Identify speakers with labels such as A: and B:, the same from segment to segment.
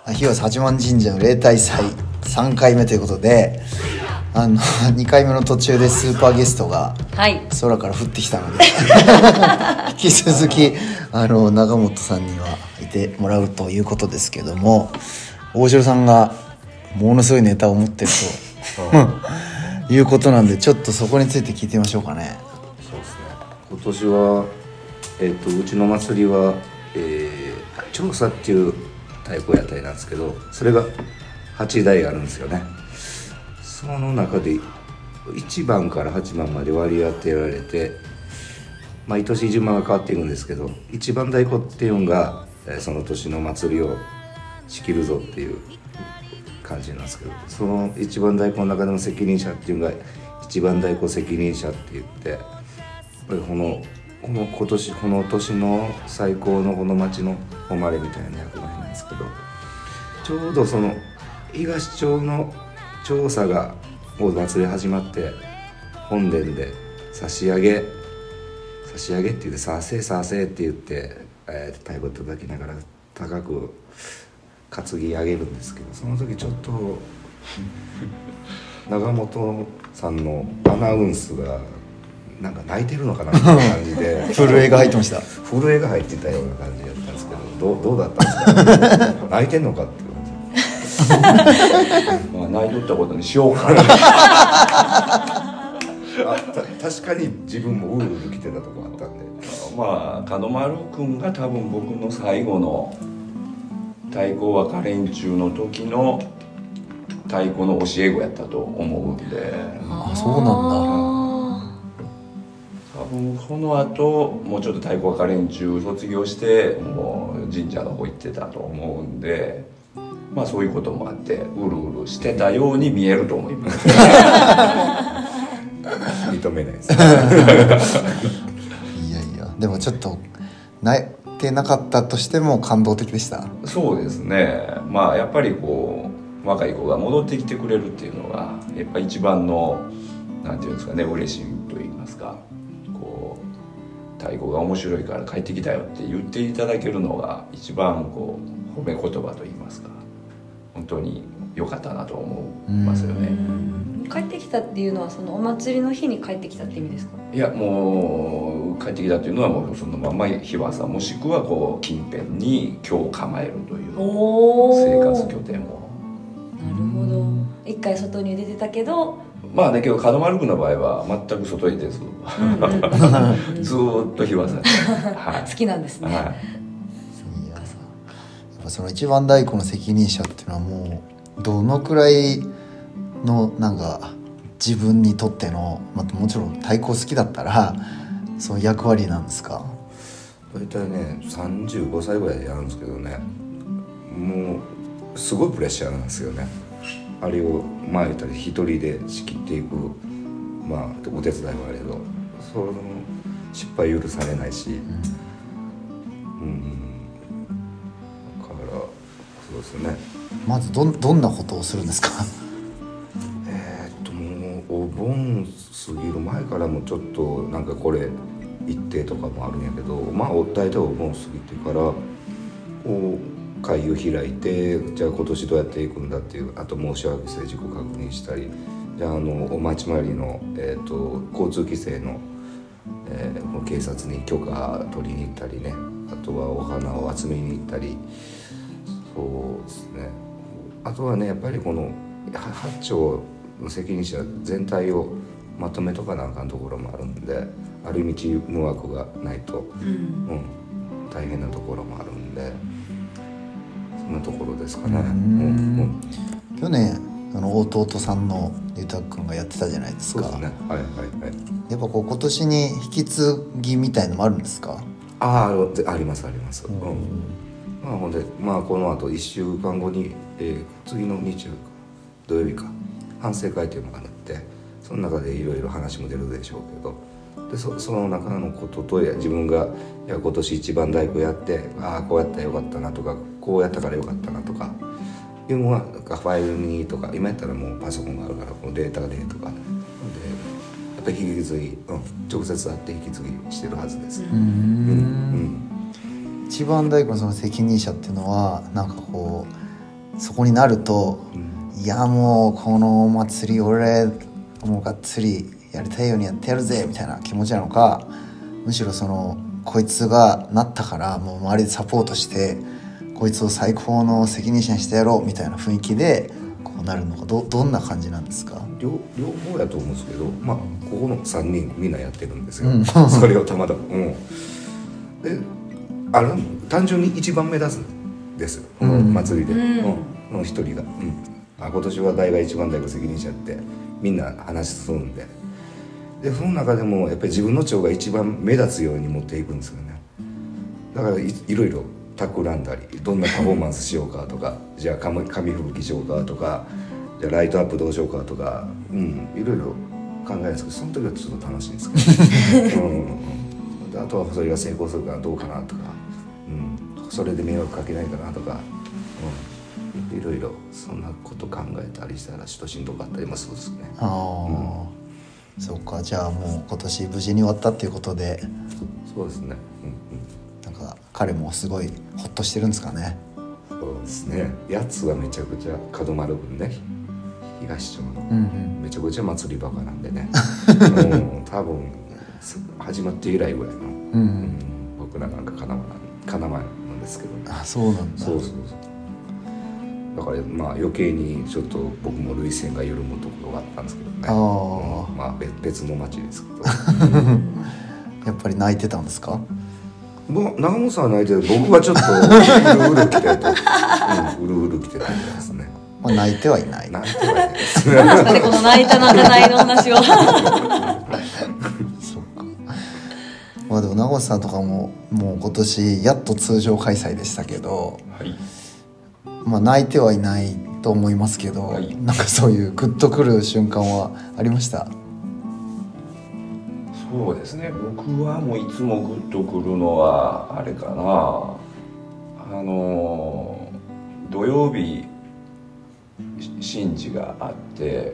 A: 日和八幡神社の例大祭3回目ということで、2回目の途中でスーパーゲストが空から降ってきたので、引き続き長本さんにはいてもらうということですけども、大城さんがものすごいネタを持ってるということなんで、ちょっとそこについて聞いてみましょうかね。
B: そうですね、今年は、うちの祭りは、調査っていう太鼓屋台なんですけど、それが8台あるんですよね。その中で1番から8番まで割り当てられて、毎年順番が変わっていくんですけど、1番太鼓っていうのがその年の祭りを仕切るぞっていう感じなんですけど、その1番太鼓の中での責任者っていうのが1番太鼓責任者って言って、やっぱりこの年の最高のこの町の誉れみたいな役割なんですけど、ちょうどその東町の調査がお祭り始まって、本殿で差し上げって言ってさせって言って、太鼓叩きながら高く担ぎ上げるんですけど、その時ちょっと長本さんのアナウンスがなんか泣いてるのかなみたいな感じで
A: 震えが入ってました。
B: 震えが入ってたような感じだったんですけど、どうだったんですか泣いてんのかっていう
C: まあ泣いとったことにしようかな
B: 確かに自分もうるうる来てたとこあったんで、
C: まあ門丸君が多分僕の最後の太鼓若連中の時の太鼓の教え子やったと思うんで。
A: あ、そうなんだ。
C: 多分その後もうちょっと太鼓若連中卒業してもう神社の方行ってたと思うんで、まあそういうこともあってうるうるしてたように見えると思います
B: 認めないです
A: いやでもちょっと泣いてなかったとしても感動的でした。
C: そうですね、まあやっぱりこう若い子が戻ってきてくれるっていうのがやっぱ一番のなんていうんですかね、嬉しいと言いますか、こう太鼓が面白いから帰ってきたよって言っていただけるのが一番こう褒め言葉と言いますか、本当に良かったなと思いますよね。
D: 帰ってきたっていうのはそのお祭りの日に帰ってきたって意味ですか？
C: いや、もう帰ってきたっていうのはもうそのまま日和さんもしくはこう近辺に居を構えるという生活拠点を。
D: なるほど。一回外に出てたけど、
C: まあだけど門丸君の場合は全く外に出ずずーっと日和さん、はい、
D: 好きなんですね、
A: はい、やっぱその一番太鼓の責任者っていうのはもうどのくらいのなんか自分にとっての、もちろん太鼓好きだったらその役割なんですか？
B: 大体ね35歳ぐらいでやるんですけどね、もうすごいプレッシャーなんですよね。あれを前言ったり一人で仕切っていく、まあお手伝いはあれど、その失敗許されないし、だからそうですね。
A: まずどんなことをするんですか？
B: もうお盆過ぎる前からもちょっとなんかこれ一定とかもあるんやけど、まあ大体お盆過ぎてからこう会議を開いて、じゃあ今年どうやっていくんだっていう、あと申し訳制自己確認したり、じゃあお待ち回りの、交通規制の、警察に許可取りに行ったりね、あとはお花を集めに行ったり、そうですね。あとはね、やっぱりこの八町の責任者全体をまとめとかなあかんところもあるんで、ある意味チームワークがないと、大変なところもあるんで、そんなところですかね。
A: 去年弟さんのゆたくんがやってたじゃないですか。
B: そうですね。はい。
A: やっぱこう今年に引き継ぎみたいのもあるんですか？
B: あります。まあほんで、まあこの後1週間後に、次の日曜日か土曜日か反省会というのがあって、その中でいろいろ話も出るでしょうけど、でその中のことと、自分が今年一番太鼓やって、こうやったらよかったなとか、こうやったからよかったなとかいうのはファイルにとか、今やったらもうパソコンがあるからこのデータでとかで、やっぱり引き継ぎ、直接会って引き継ぎしてるはずです。
A: 一番太鼓のその責任者っていうのはなんかこうそこになると、いやもうこのお祭り俺もうがっつりやりたいようにやってやるぜみたいな気持ちなのか、むしろこいつがなったからもう周りでサポートしてこいつを最高の責任者にしてやろうみたいな雰囲気でこうなるのか、どんな感じなんですか？
B: 両方やと思うんですけど、まあここの3人みんなやってるんですよ、それをたまたま、で単純に一番目立つんですよ、この祭りで、の一人が、今年は大が一番大が責任者ってみんな話すんで、その中でもやっぱり自分の長が一番目立つように持っていくんですよね。だからいろいろ企んだり、どんなパフォーマンスしようかとか、じゃあ紙吹雪しようかとか、じゃあライトアップどうしようかとか、いろいろ考えるんですけど、その時はちょっと楽しいんですけど、あとはそれが成功するからどうかなとか、それで迷惑かけないかなとか、いろいろそんなこと考えたりしたらちょっとしんどかったりもするんですね。
A: そうか、じゃあもう今年無事に終わったっていうことで、
B: そうですね、
A: なんか彼もすごいホッとしてるんですかね。
B: そうですね、やつはめちゃくちゃ門丸君ね、東町の、めちゃくちゃ祭りバカなんでね多分始まって以来ぐらいの、僕らなんか金間なんですけど、ね、
A: そうなんだ。
B: そうだからまあ余計にちょっと僕も涙腺が緩むところがあったんですけどね。まあ別の町ですけど
A: やっぱり泣いてたんですか？
B: 長本さんは泣いてて、僕はちょっとうるうる来てて、うるうる来てたんですね。
A: 泣いてはいない。
B: 泣いてはいないです
D: ね。なんかね、この泣いた泣かないの話をそっ
A: か。でも長本さんとかももう今年やっと通常開催でしたけど、泣いてはいないと思いますけど、なんかそういうグッとくる瞬間はありました？
C: そうですね、僕はもういつもグッとくるのはあれかな、土曜日神事があって、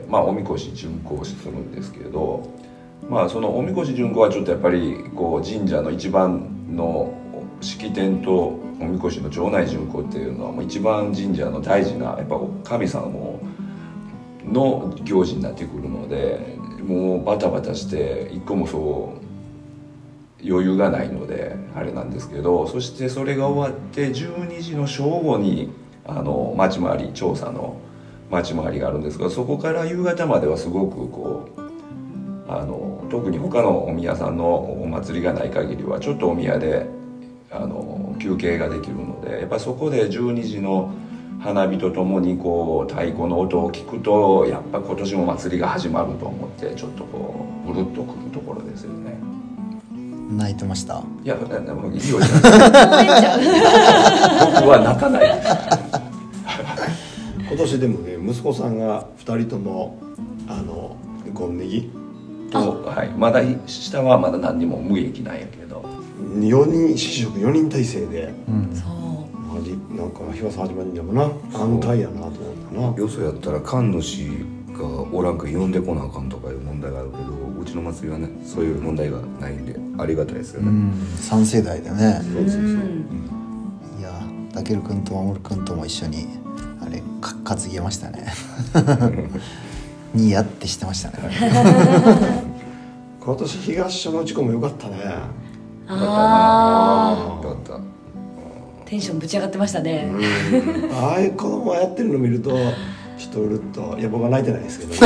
C: おみこし巡行するんですけど、そのおみこし巡行はちょっとやっぱりこう神社の一番の式典とおみこしの場内巡行っていうのはもう一番神社の大事なやっぱ神様の行事になってくるので、もうバタバタして一個もそう余裕がないのであれなんですけど、そしてそれが終わって12時の正午に町回り調査の町回りがあるんですが、そこから夕方まではすごくこう特に他のお宮さんのお祭りがない限りはちょっとお宮で休憩ができるので、やっぱりそこで12時の花火とともにこう太鼓の音を聞くと、やっぱ今年も祭りが始まると思ってちょっとこうブルッとくるところですよね。
A: 泣いてました？
C: いや、でもいいよ僕は泣かない
E: 今年でもね、息子さんが2人ともゴンネギ
C: と、まだ下はまだ何にも無益なんやけど、
E: 4人子職4人体制で、
D: そう
E: なんか日は始まるんだもんな、安泰やなと思ったな。
B: よそやったら神主がおらんから呼んでこなあかんとかいう問題があるけど、うちの祭りはねそういう問題がないんでありがたいですよね。
A: 3世代でね。
B: そう
A: いや、たけるくんと守くんとも一緒にあれ担げましたねニヤってしてましたね
E: 今年東署の事故も良かったね。
B: よかった。
D: テンションぶち上がってましたね。
E: ああいう子供がやってるの見るとちょっとうるっと、いや僕は泣いてないですけど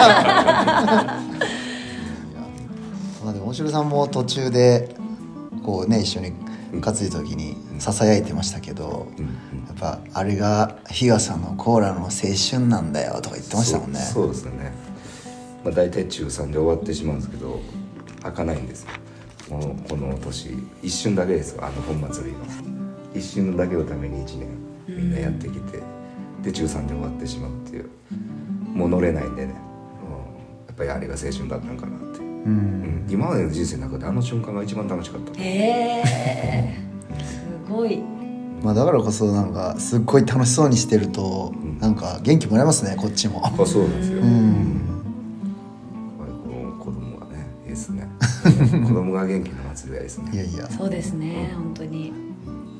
A: でも大城さんも途中でこうね一緒に担いだ時にささやいてましたけど、やっぱあれが日傘のコーラの青春なんだよとか言ってましたもんね。
B: そうですよね。大体中3で終わってしまうんですけど、開かないんですよ。もうこの年一瞬だけですよ、本祭りの一瞬だけのために1年みんなやってきて、で中3で終わってしまうっていう、もう乗れないんでね、やっぱりあれが青春だったんかなって、今までの人生の中であの瞬間が一番楽しかった。
D: すごい。
A: だからこそなんかすっごい楽しそうにしてると、なんか元気もらえますね、こっちも。
B: そうなんですよ。子供がねいいですね子供が元気な祭りがいいですね。
A: いやいや、
D: そうですね、本当に。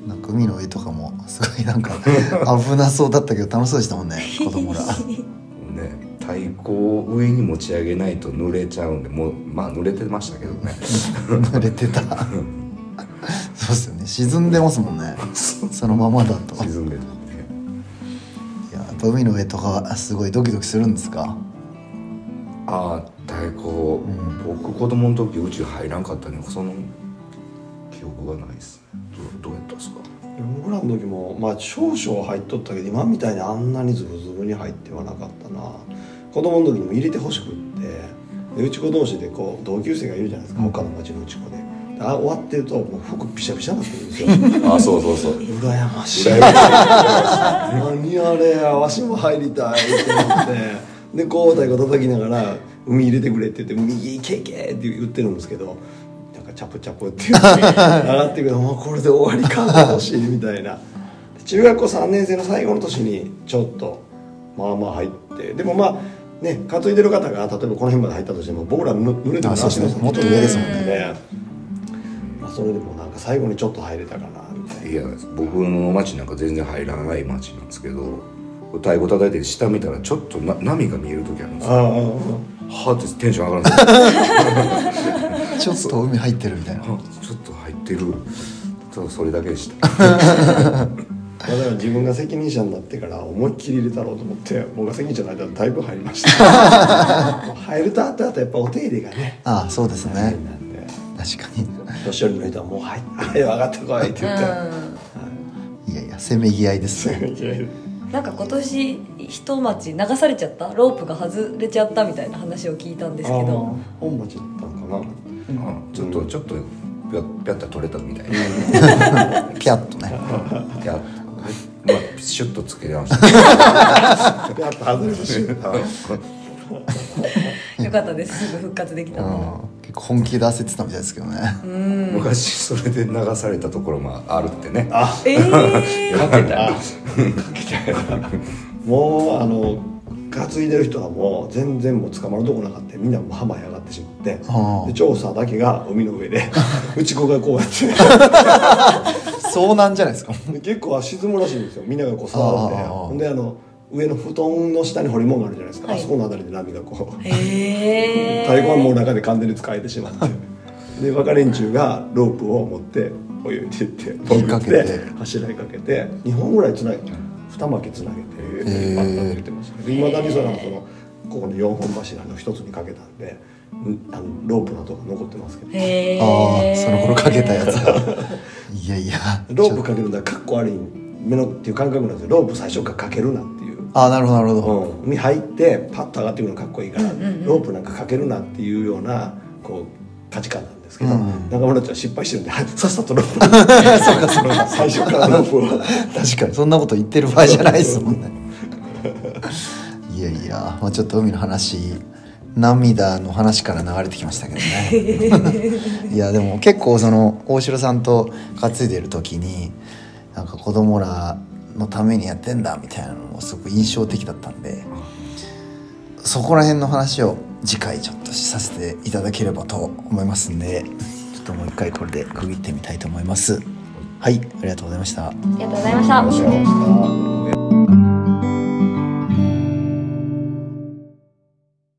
A: なんか海の上とかもすごいなんか危なそうだったけど楽しそうでしたもんね子供ら
B: ね、太鼓を上に持ち上げないと濡れちゃうんで、もうまあ濡れてましたけどね
A: 濡れてたそうですよね、沈んでますもんねそのままだと。
B: 沈んでるね。
A: いややっぱ海の上とかすごいドキドキするんですか？
B: ああ太鼓、僕子供の時宇宙入らんかったね、その記憶がないですね。どうやったんですか？
E: 僕らの時もまあ少々入っとったけど、今みたいにあんなにズブズブに入ってはなかったな。子供の時にも入れてほしくって、で内子同士でこう同級生がいるじゃないですか、他の町の内子で。終わってるともう服ピシャピシャになってるんですよ。
B: あ、そうそうそう。
E: 羨ましい。何あれや、わしも入りたいって思ってでこう太鼓叩きながら海入れてくれって言って海行け行けって言ってるんですけど、なんかチャプチャプって言って上がってくるもうこれで終わりかってほしいみたいな。中学校3年生の最後の年にちょっとまあまあ入って、でもまあね、担いでる方が例えばこの辺まで入ったとしても僕ら濡れても
A: そうですね、もっと上ですもんね。
E: まあ、それでもなんか最後にちょっと入れたかなみたいな。
B: いや僕の町なんか全然入らない町なんですけど、太鼓叩いて下見たらちょっと波が見える時あるんですよ。はってテンション上がるんですよ
A: ちょっと海入ってるみたいな。
B: ちょっと入ってる、ただそれだけでした
E: だから自分が責任者になってから思いっきり入れたろうと思って、僕が責任者になったらだいぶ入りました入るとあとやっぱお手入れがね、
A: ああそうですね、確かに
E: 年寄りの人はもうはい上がってこいって言って、
A: いやいやせめぎ合いですね
D: なんか今年一町流されちゃった、ロープが外れちゃったみたいな話を聞いたんですけど、
E: 本町だったのかな、
B: ちょっとピャッと取れたみたいな
A: ピャッとね
B: ピャッと、まあ、シュッとつけました
E: ピャッと外れた瞬間
D: よかったです、すぐ復活できたの。
A: 結構本気で焦ってたみたいですけどね。
B: 昔それで流されたところもあるってね。
E: かけたもう担いでる人はもう全然もう捕まるとこなかった、みんなもう浜へ上がってしまって、で調査だけが海の上で内子がこうやって
A: そうなんじゃないですか
E: 結構沈むらしいんですよ、みんながこう触って、ほんで上の布団の下に彫り物があるじゃないですか、あそこのあたりで波がこう太鼓はもう中で完全に使えてしまってで若連中がロープを持って泳いでいって潜って柱にかけて2本ぐらいつなげて2巻きつなげてバッタって言ってましたけど、いまだにそのここの4本柱の1つにかけたんでロープのとこ残ってますけど、
A: ああその頃かけたやつがいやいや
E: ロープかけるのはかっこ悪い目のっていう感覚なんですよ。ロープ最初からかけるなっていう、
A: ああなるほどなるほど、
E: 海入ってパッと上がってくるのかっこいいから、ロープなんかかけるなっていうようなこう価値観なんですけど、中村ちゃんは失敗してるんでさっさとロープそうかそうか最初からロープを
A: 確かにそんなこと言ってる場合じゃないですもんねいやいや、まあ、ちょっと海の話涙の話から流れてきましたけどねいやでも結構その大城さんと担いでる時になんか子供らのためにやってんだみたいなのもすごく印象的だったんで、そこら辺の話を次回ちょっとさせていただければと思いますんで、ちょっともう一回これで区切ってみたいと思います。はい、ありがとうございました。
D: ありがとうございました。